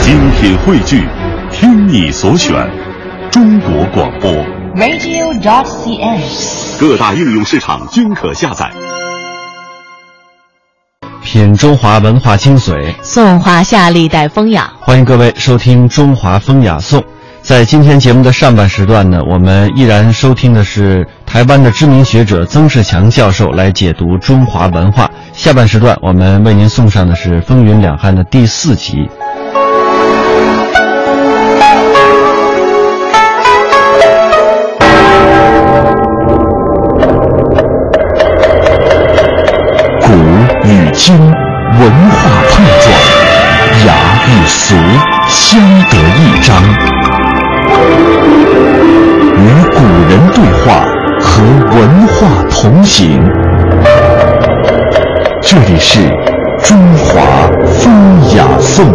精品汇聚，听你所选，中国广播 radio.cn， 各大应用市场均可下载。 品中华文化精髓， 颂华夏历代风雅。 欢迎各位收听中华风雅颂。在今天节目的上半时段呢，我们依然收听的是台湾的知名学者曾仕强教授来解读中华文化。下半时段我们为您送上的是风云两汉的第4集。 古与今文化碰撞，雅与俗相得益彰，与古人对话，和文化同行。这里是中华风雅颂。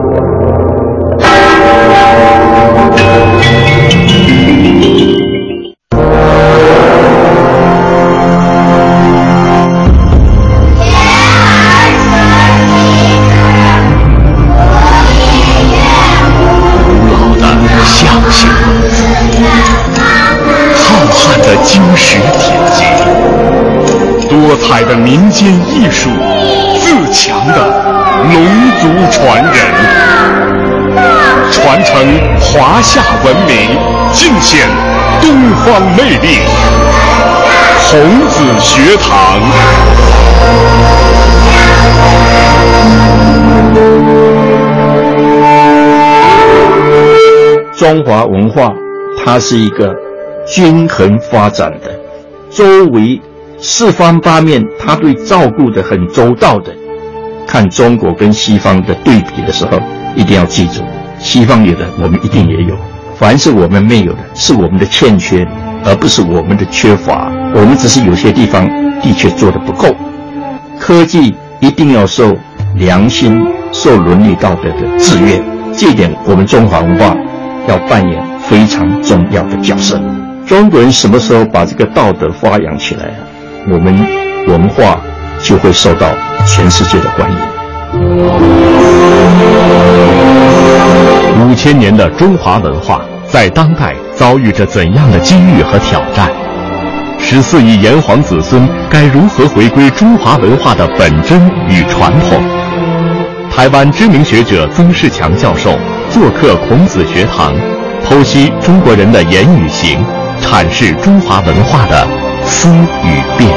多彩的民间艺术，自强的龙族传人，传承华夏文明，尽显东方魅力。孔子学堂。 中华文化，它是一个均衡发展的，周围四方八面，他对照顾的很周到的。看中国跟西方的对比的时候，一定要记住，西方有的我们一定也有，凡是我们没有的，是我们的欠缺，而不是我们的缺乏。我们只是有些地方的确做得不够。科技一定要受良心、受伦理道德的制约，这一点我们中华文化要扮演非常重要的角色。中国人什么时候把这个道德发扬起来，我们文化就会受到全世界的欢迎。 5000年的中华文化在当代遭遇着怎样的机遇和挑战？14亿炎黄子孙该如何回归中华文化的本真与传统？台湾知名学者曾仕强教授做客孔子学堂，剖析中国人的言语行，阐释中华文化的思与变。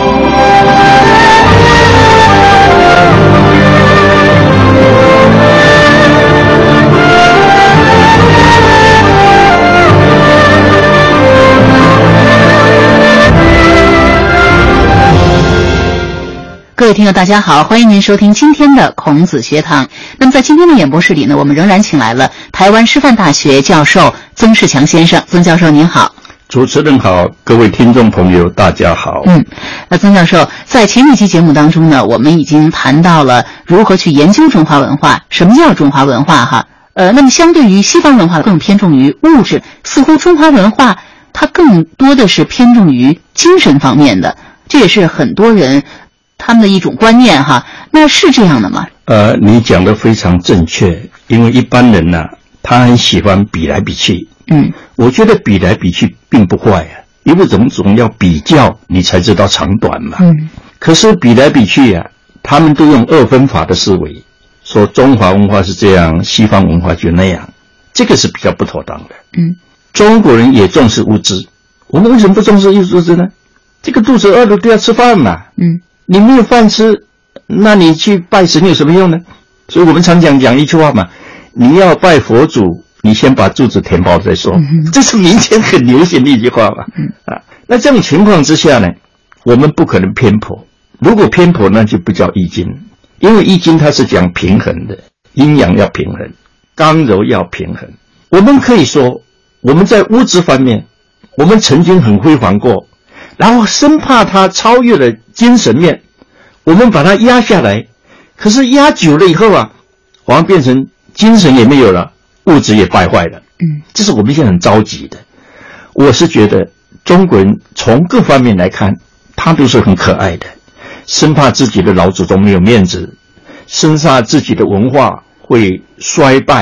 各位听友大家好，欢迎您收听今天的孔子学堂。那么在今天的演播室里呢，我们仍然请来了台湾师范大学教授曾仕强先生。曾教授您好。 主持人好，各位听众朋友大家好。 那曾教授，在前几期节目当中呢，我们已经谈到了如何去研究中华文化，什么叫中华文化哈。那么相对于西方文化更偏重于物质，似乎中华文化它更多的是偏重于精神方面的，这也是很多人他们的一种观念哈。那是这样的吗？ 你讲得非常正确，因为一般人呢，他很喜欢比来比去。我觉得比来比去并不坏啊，因为总要比较，你才知道长短嘛。可是比来比去啊，他们都用2分法的思维，说中华文化是这样，西方文化就那样，这个是比较不妥当的。中国人也重视物质，我们为什么不重视物质呢？这个肚子饿了都要吃饭嘛。你没有饭吃，那你去拜神有什么用呢？所以我们常讲一句话嘛，你要拜佛祖，你先把肚子填饱再说。这是民间很流行的一句话嘛。那这种情况之下呢，我们不可能偏颇。如果偏颇，那就不叫易经，因为易经它是讲平衡的，阴阳要平衡，刚柔要平衡。我们可以说，我们在物质方面，我们曾经很辉煌过，然后生怕它超越了精神面，我们把它压下来。可是压久了以后啊，好像变成精神也没有了，物质也败坏了。这是我们现在很着急的。我是觉得中国人从各方面来看，他都是很可爱的，生怕自己的老祖宗没有面子，生怕自己的文化会衰败，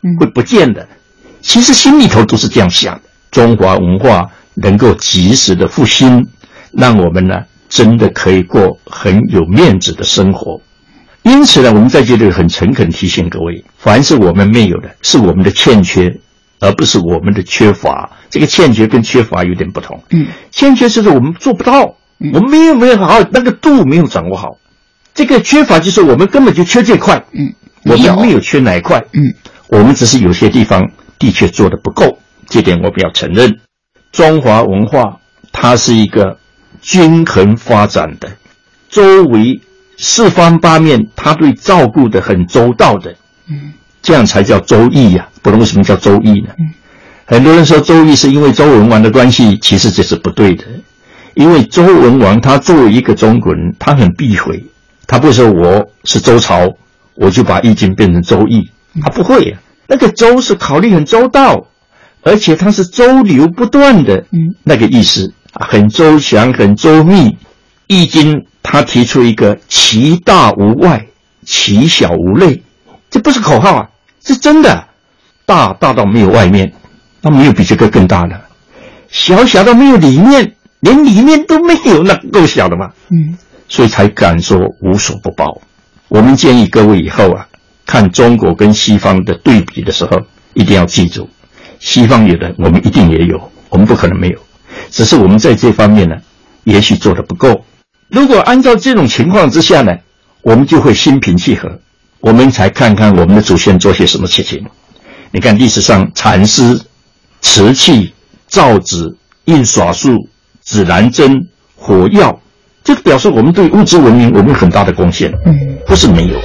会不见的。其实心里头都是这样想的，中华文化能够及时的复兴，让我们呢真的可以过很有面子的生活。因此呢，我们在这里很诚恳提醒各位，凡是我们没有的，是我们的欠缺，而不是我们的缺乏。这个欠缺跟缺乏有点不同。欠缺就是我们做不到，我们没有好好那个度没有掌握好。这个缺乏就是我们根本就缺这块，我们没有缺哪一块，我们只是有些地方的确做得不够，这点我们要承认。中华文化它是一个均衡发展的，周围四方八面它对照顾的很周到的，这样才叫周易呀。不然为什么叫周易呢？很多人说周易是因为周文王的关系，其实这是不对的。因为周文王他作为一个中国人，他很避讳，他不会说我是周朝，我就把易经变成周易，他不会啊。那个周是考虑很周到，而且它是周流不断的那个意思，很周详很周密。易经他提出一个其大无外，其小无内，这不是口号啊，是真的。大到没有外面，那没有比这个更大的，小到没有里面，连里面都没有，那够小的嘛。所以才敢说无所不包。我们建议各位以后啊，看中国跟西方的对比的时候，一定要记住，西方有的我们一定也有，我们不可能没有，只是我们在这方面呢，也许做得不够。如果按照这种情况之下呢，我们就会心平气和，我们才看看我们的祖先做些什么事情。你看历史上蚕丝、瓷器、造纸、印刷术、指南针、火药，这个表示我们对物质文明我们有很大的贡献，不是没有。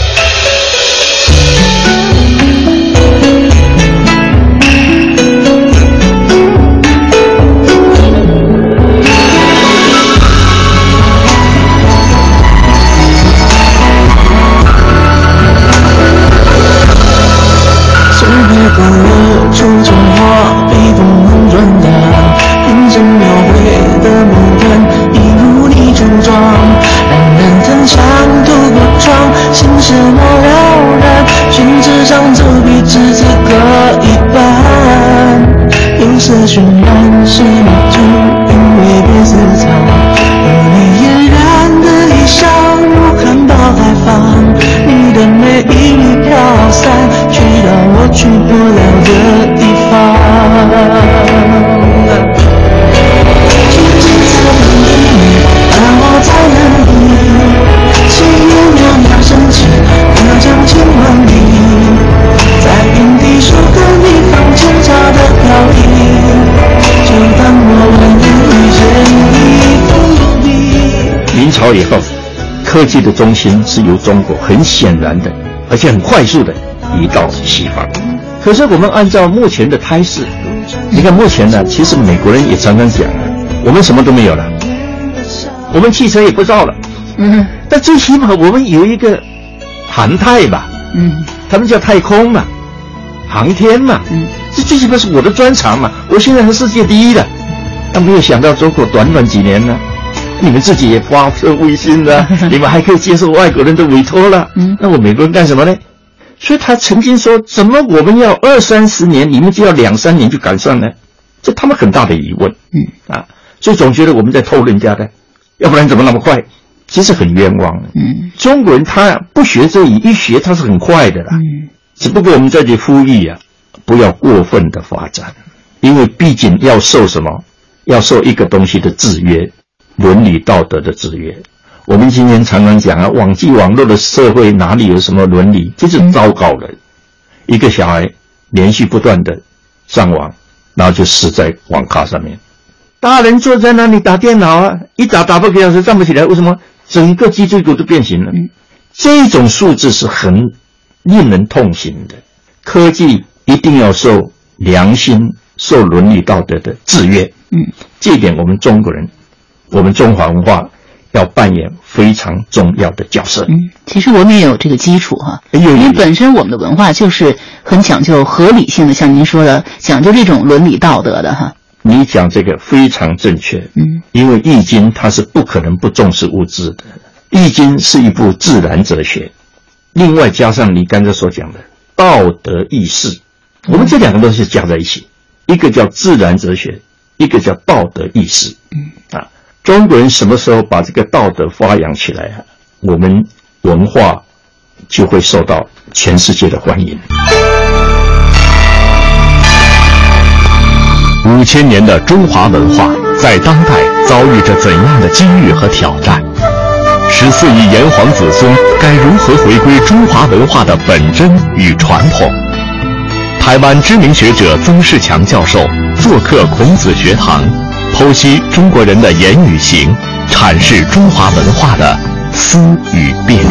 渲染是一株因为别思草，而你嫣然的衣裳如含苞待放，你的美一缕飘散，去到我去不了的地方。天际在等着你，而我在哪里？千言袅袅升起，隔江千万里，在原地数个地方挣扎的飘逸。 明朝以后，科技的中心是由中国很显然的，而且很快速的移到西方。可是我们按照目前的态势，你看目前呢，其实美国人也常常讲我们什么都没有了，我们汽车也不造了，但最起码我们有一个航太吧，他们叫太空嘛，航天嘛，这最起码是我的专长嘛，我现在是世界第一的。但没有想到中国短短几年呢，你们自己也发射卫星了，你们还可以接受外国人的委托了，那我美国人干什么呢？所以他曾经说，怎么我们要20-30年，你们就要2-3年就赶上呢？这他们很大的疑问，所以总觉得我们在偷人家的，要不然怎么那么快？其实很冤枉。中国人他不学这一学他是很快的啦，只不过我们在这里呼吁不要过分的发展，因为毕竟要受什么？要受一个东西的制约，伦理道德的制约。我们今天常常讲网际网络的社会哪里有什么伦理，这是糟糕的。一个小孩连续不断的上网，然后就死在网咖上面。大人坐在那里打电脑一打8个小时站不起来，为什么？整个脊椎骨都变形了。这种数字是很令人痛心的。科技一定要受良心、受伦理道德的制约。这一点我们中国人，我们中华文化要扮演非常重要的角色。 其实我们也有这个基础因为本身我们的文化就是很讲究合理性的，像您说的，讲究这种伦理道德的你讲这个非常正确。因为易经它是不可能不重视物质的，易经是一部自然哲学，另外加上你刚才所讲的道德意识。我们这两个东西加在一起，一个叫自然哲学，一个叫道德意识。中国人什么时候把这个道德发扬起来啊，我们文化就会受到全世界的欢迎。 5000年的中华文化在当代遭遇着怎样的机遇和挑战？14亿炎黄子孙该如何回归中华文化的本真与传统？台湾知名学者曾仕强教授做客孔子学堂，剖析中国人的言语行，阐释中华文化的思与变。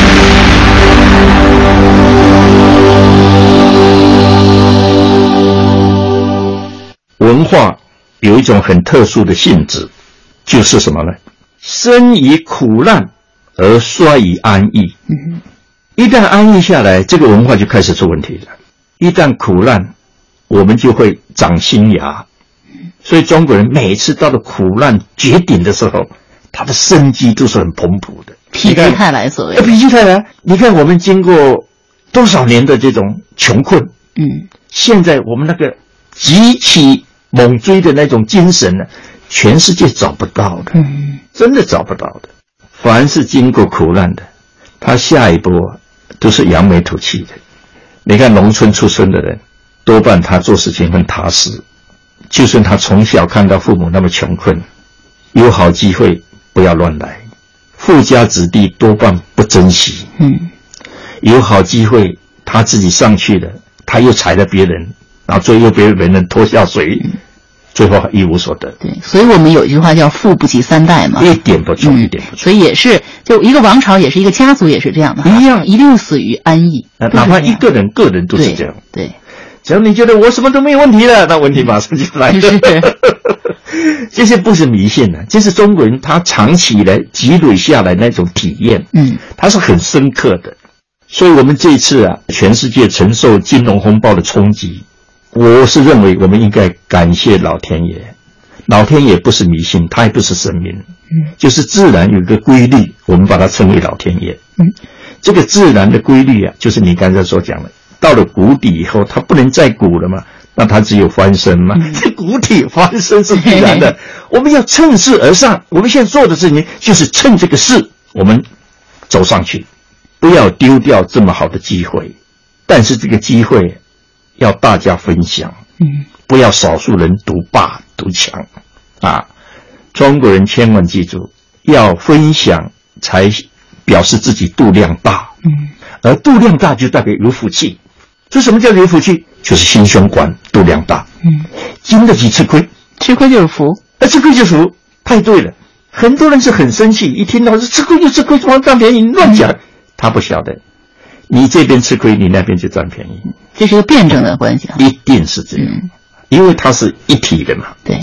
文化有一种很特殊的性质，就是什么呢？生于苦难而衰于安逸。一旦安逸下来，这个文化就开始出问题了。一旦苦难，我们就会长新芽。所以中国人每次到了苦难绝顶的时候，他的生机都是很蓬勃的， 否极泰来所谓。 否极泰来，你看我们经过多少年的这种穷困，现在我们那个极其猛追的那种精神呢，全世界找不到的，真的找不到的。凡是经过苦难的，他下一波都是扬眉吐气的。你看农村出生的人，多半他做事情很踏实，就算他从小看到父母那么穷困，有好机会不要乱来。富家子弟多半不珍惜，有好机会他自己上去了，他又踩了别人，然后最后被别人拖下水，最后一无所得。 对，所以我们有一句话叫富不及三代嘛， 一点不错，一点不错。 所以也是，就一个王朝也是一个家族也是这样的， 一样， 一定死于安逸。 哪怕一个人个人都是这样。 对， 只要你觉得我什么都没有问题了，那问题马上就来了。这些不是迷信的，这是中国人他长期以来积累下来那种体验，它是很深刻的。所以我们这一次啊，全世界承受金融风暴的冲击，我是认为我们应该感谢老天爷。老天爷不是迷信，他也不是神明，就是自然有一个规律，我们把它称为老天爷。这个自然的规律啊，就是你刚才所讲的，到了谷底以后，它不能再谷了嘛，那它只有翻身嘛。这谷底翻身是必然的，我们要趁势而上。我们现在做的事情就是趁这个势，我们走上去，不要丢掉这么好的机会。但是这个机会要大家分享，不要少数人独霸独强啊！中国人千万记住，要分享才表示自己度量大，而度量大就代表有福气。这什么叫有福气？就是心胸广，度量大，经得起吃亏， 吃亏就是福， 吃亏就是福，太对了。很多人是很生气，一听到是吃亏就吃亏，怎么占便宜？乱讲，他不晓得，你这边吃亏，你那边就占便宜， 这是个辩证的关系啊， 一定是这样，因为它是一体的嘛。 对。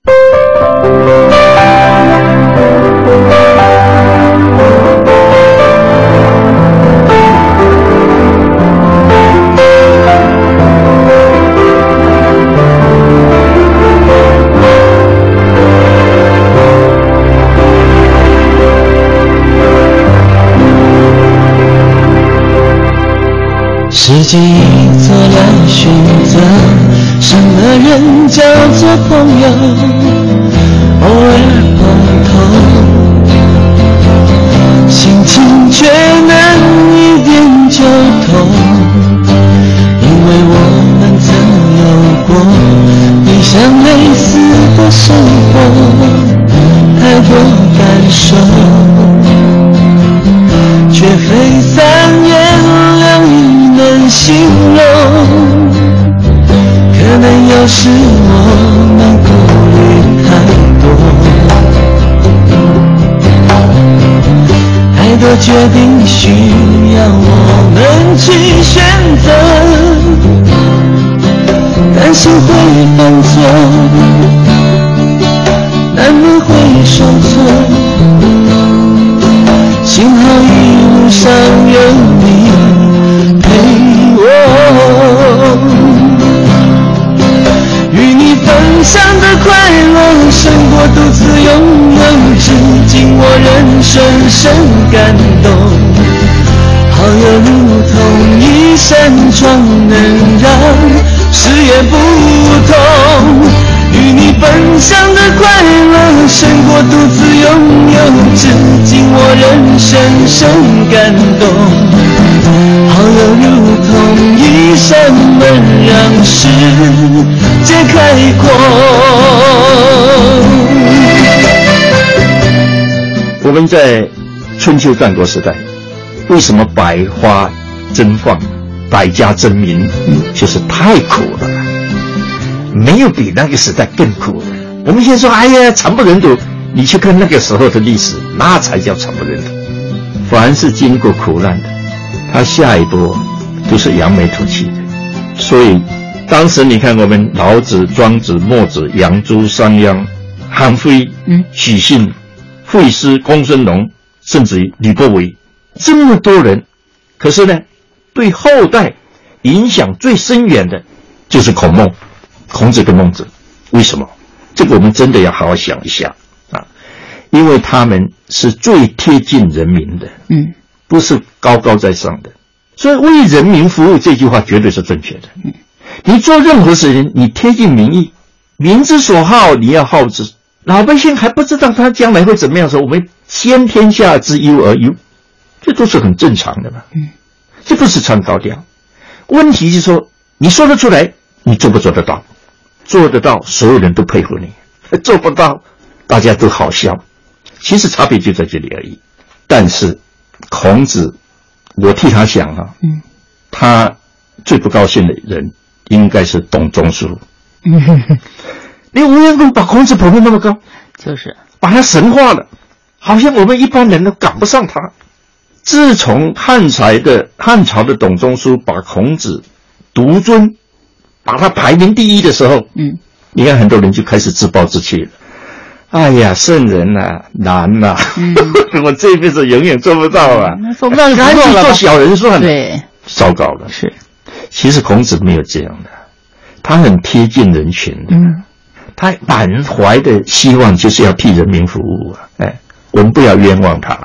世界已做了选择，什么人叫做朋友？偶尔碰头，心情却能一点就通。因为我们曾有过一相类似的生活，太多感受，却非三言两语能形容。可能有时我们顾虑太多决定需要我们去选择，担心会犯错，难免会受挫，幸好一路上有你陪我。与你分享的快乐胜过独自拥有，至今我仍深深感动。好友如同一一扇窗能让誓言不同，与你分享的快乐胜过独自拥有，至今我仍深深感动。好友如同一扇门，让世界开阔。 我们在春秋战国时代，为什么百花争放，百家争鸣？就是太苦了，没有比那个时代更苦的。我们现在说，哎呀，惨不忍睹，你去看那个时候的历史，那才叫惨不忍睹。凡是经过苦难的，他下一步都是扬眉吐气的。所以当时你看我们老子、庄子、墨子、杨朱、商鞅、韩非、许信、惠施、公孙龙，甚至于吕不韦，这么多人，可是呢，对后代影响最深远的就是孔子跟孟子。为什么？这个我们真的要好好想一下啊，因为他们是最贴近人民的，不是高高在上的，所以为人民服务这句话绝对是正确的。你做任何事情，你贴近民意，民之所好，你要好之。老百姓还不知道他将来会怎么样的时候，我们先天下之忧而忧，这都是很正常的嘛。这不是唱高调。问题是说，你说得出来，你做不做得到？做得到，所有人都配合你；做不到，大家都好笑。其实差别就在这里而已。但是孔子，我替他想啊，他最不高兴的人应该是董仲舒。你无缘无故把孔子捧得那么高， 就是把他神化了，好像我们一般人都赶不上他。自从汉朝的董仲舒把孔子独尊，把他排名第一的时候，你看很多人就开始自暴自弃了。哎呀，圣人啊，难啊！我这辈子永远做不到啊， 做不到就不做了， 做小人算了。 对， 糟糕了。 是， 其实孔子没有这样的，他很贴近人群的。他满怀的希望就是要替人民服务啊！哎，我们不要冤枉他了。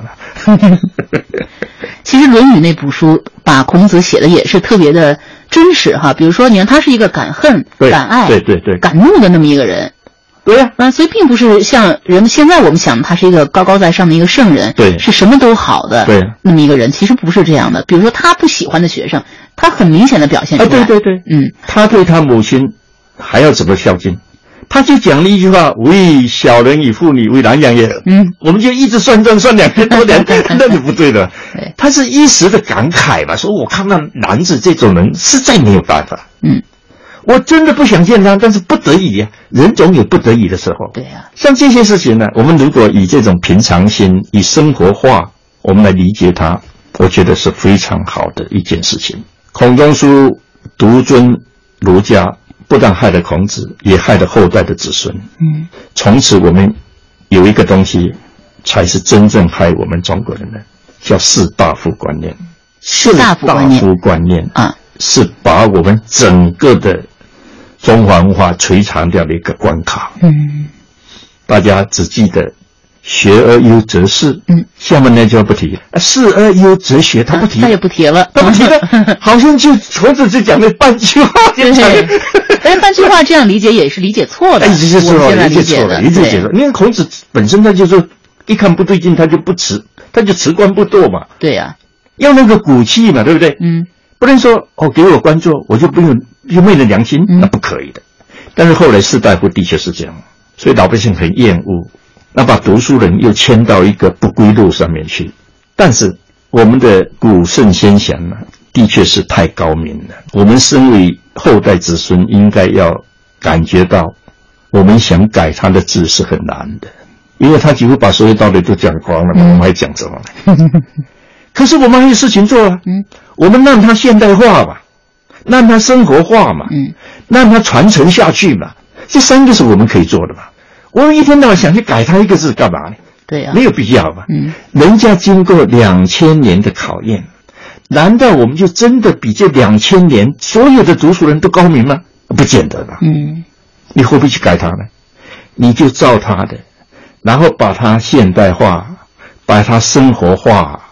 其实《论语》那部书把孔子写的也是特别的真实哈。比如说，你看他是一个敢恨、敢爱、敢怒的那么一个人。 对呀， 所以并不是像人们现在我们想他是一个高高在上的一个圣人， 对， 是什么都好的， 对， 那么一个人，其实不是这样的。比如说他不喜欢的学生，他很明显的表现出来。 对，他对他母亲还要怎么孝敬？他就讲了一句话：“为小人以妇女为难养也。”我们就一直算账，算2年多年，那就不对了。他是一时的感慨嘛，说我看到男子这种人实在没有办法。我真的不想见他，但是不得已啊，人总有不得已的时候。 对呀， 像这些事情呢，我们如果以这种平常心，以生活化，我们来理解它，我觉得是非常好的一件事情。孔仲舒独尊儒家，不但害了孔子，也害了后代的子孙。从此我们有一个东西，才是真正害我们中国人的，叫士大夫观念。 士大夫观念啊，是把我们整个的中华文化摧残掉的一个关卡。大家只记得学而优则仕，下面那就不提。仕而优则学，他不提， 他也不提了， 好像就孔子只讲了半句话就讲了。 半句话这样理解也是理解错的， 理解错了。你看孔子本身他就说，一看不对劲，他就辞官不做嘛。 对呀， 要那个骨气嘛，对不对？不能说给我官做，我就不用就昧了良心，那不可以的。但是后来士大夫的确是这样，所以老百姓很厌恶。那把读书人又牵到一个不归路上面去。但是我们的古圣先贤呢，的确是太高明了。我们身为后代子孙，应该要感觉到，我们想改他的字是很难的，因为他几乎把所有道理都讲光了嘛，我们还讲什么呢？可是我们还有事情做啊。我们让他现代化吧，让他生活化嘛，让他传承下去嘛，这3个是我们可以做的嘛。我们一天到晚想去改他一个字干嘛呢？ 对呀， 没有必要吧。人家经过2000年的考验，难道我们就真的比这2000年所有的读书人都高明吗？不见得吧。你会不会去改他呢？你就照他的，然后把它现代化，把它生活化，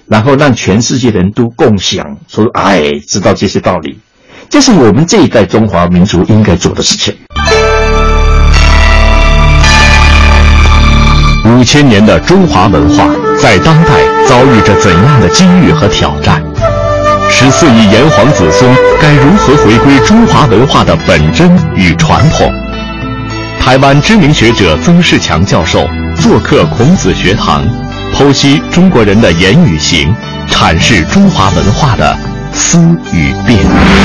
然后让全世界人都共享，说知道这些道理，这是我们这一代中华民族应该做的事情。 5000年的中华文化在当代遭遇着怎样的机遇和挑战？14亿炎黄子孙该如何回归中华文化的本真与传统？台湾知名学者曾仕强教授做客孔子学堂，剖析中国人的言语行，阐释中华文化的思与变。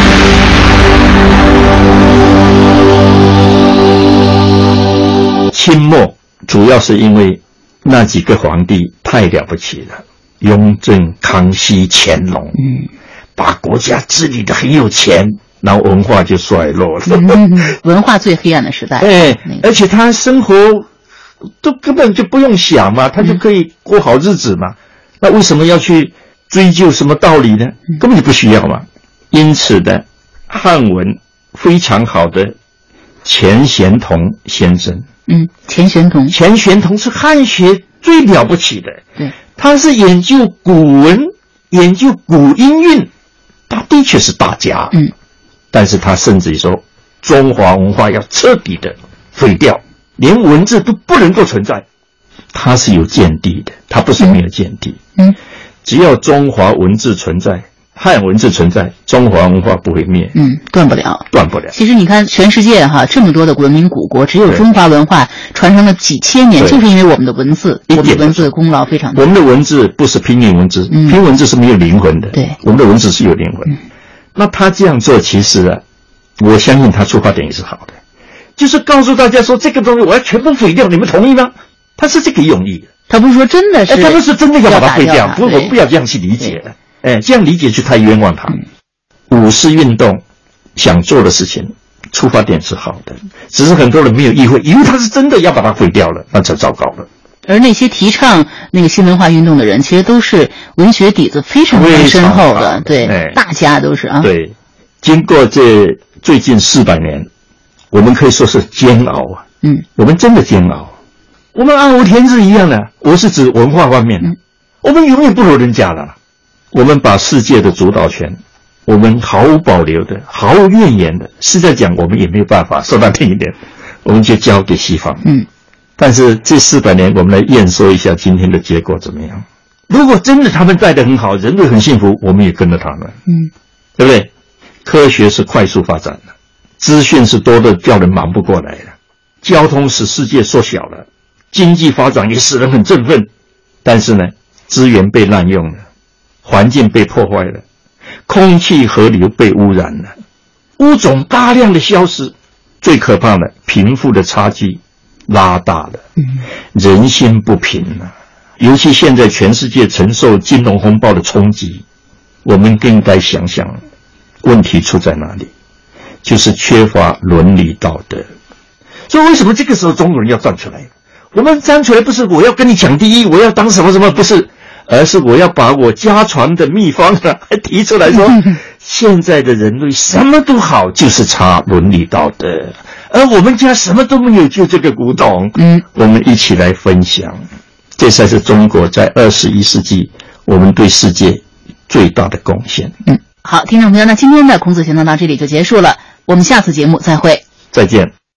清末主要是因为那几个皇帝太了不起了，雍正、康熙、乾隆，把国家治理得很有钱，然后文化就衰落了， 文化最黑暗的时代。 而且他生活都根本就不用想嘛，他就可以过好日子嘛。那为什么要去追究什么道理呢？根本就不需要嘛。因此的汉文非常好的钱玄同先生， 钱玄同是汉学最了不起的， 对， 他是研究古文，研究古音韵，他的确是大家，但是他甚至于说中华文化要彻底的废掉，连文字都不能够存在，他是有见地的，他不是没有见地，只要中华文字存在，汉文字存在，中华文化不会灭， 断不了。 其实你看，全世界这么多的文明古国，只有中华文化传承了几千年，就是因为我们的文字，我们的文字的功劳非常大。 我们的文字不是拼音文字，拼音文字是没有灵魂的， 对， 我们的文字是有灵魂。那他这样做，其实我相信他出发点也是好的，就是告诉大家说这个东西我要全部废掉，你们同意吗？他是这个用意的， 他不是说真的是， 他不是真的要把它废掉，我不要这样去理解了。这样理解就太冤枉他。五四运动想做的事情，出发点是好的，只是很多人没有意会，以为他是真的要把它废掉了，那才糟糕了。 而那些提倡那个新文化运动的人，其实都是文学底子非常深厚的，对，大家都是啊。 对，经过这最近400年，我们可以说是煎熬啊，我们真的煎熬，我们暗无天日一样的，我是指文化方面的，我们永远不如人家了。我们把世界的主导权，我们毫无保留的、毫无怨言的，实在讲我们也没有办法，说难听一点，我们就交给西方。但是这400年，我们来验收一下今天的结果怎么样？如果真的他们带得很好，人类很幸福，我们也跟着他们，对不对？科学是快速发展的，资讯是多的叫人忙不过来的，交通使世界缩小了，经济发展也使人很振奋，但是呢，资源被滥用了，环境被破坏了，空气河流被污染了，物种大量的消失，最可怕的，贫富的差距拉大了，人心不平啊！尤其现在全世界承受金融风暴的冲击，我们更应该想想问题出在哪里，就是缺乏伦理道德。所以为什么这个时候中国人要站出来？我们站出来不是我要跟你抢第一，我要当什么什么，不是，而是我要把我家传的秘方还提出来说，现在的人类什么都好，就是差伦理道德，而我们家什么都没有，就这个古董。我们一起来分享，这才是中国在21世纪我们对世界最大的贡献。 好，听众朋友，那今天的孔子学堂到这里就结束了，我们下次节目再会， 再见。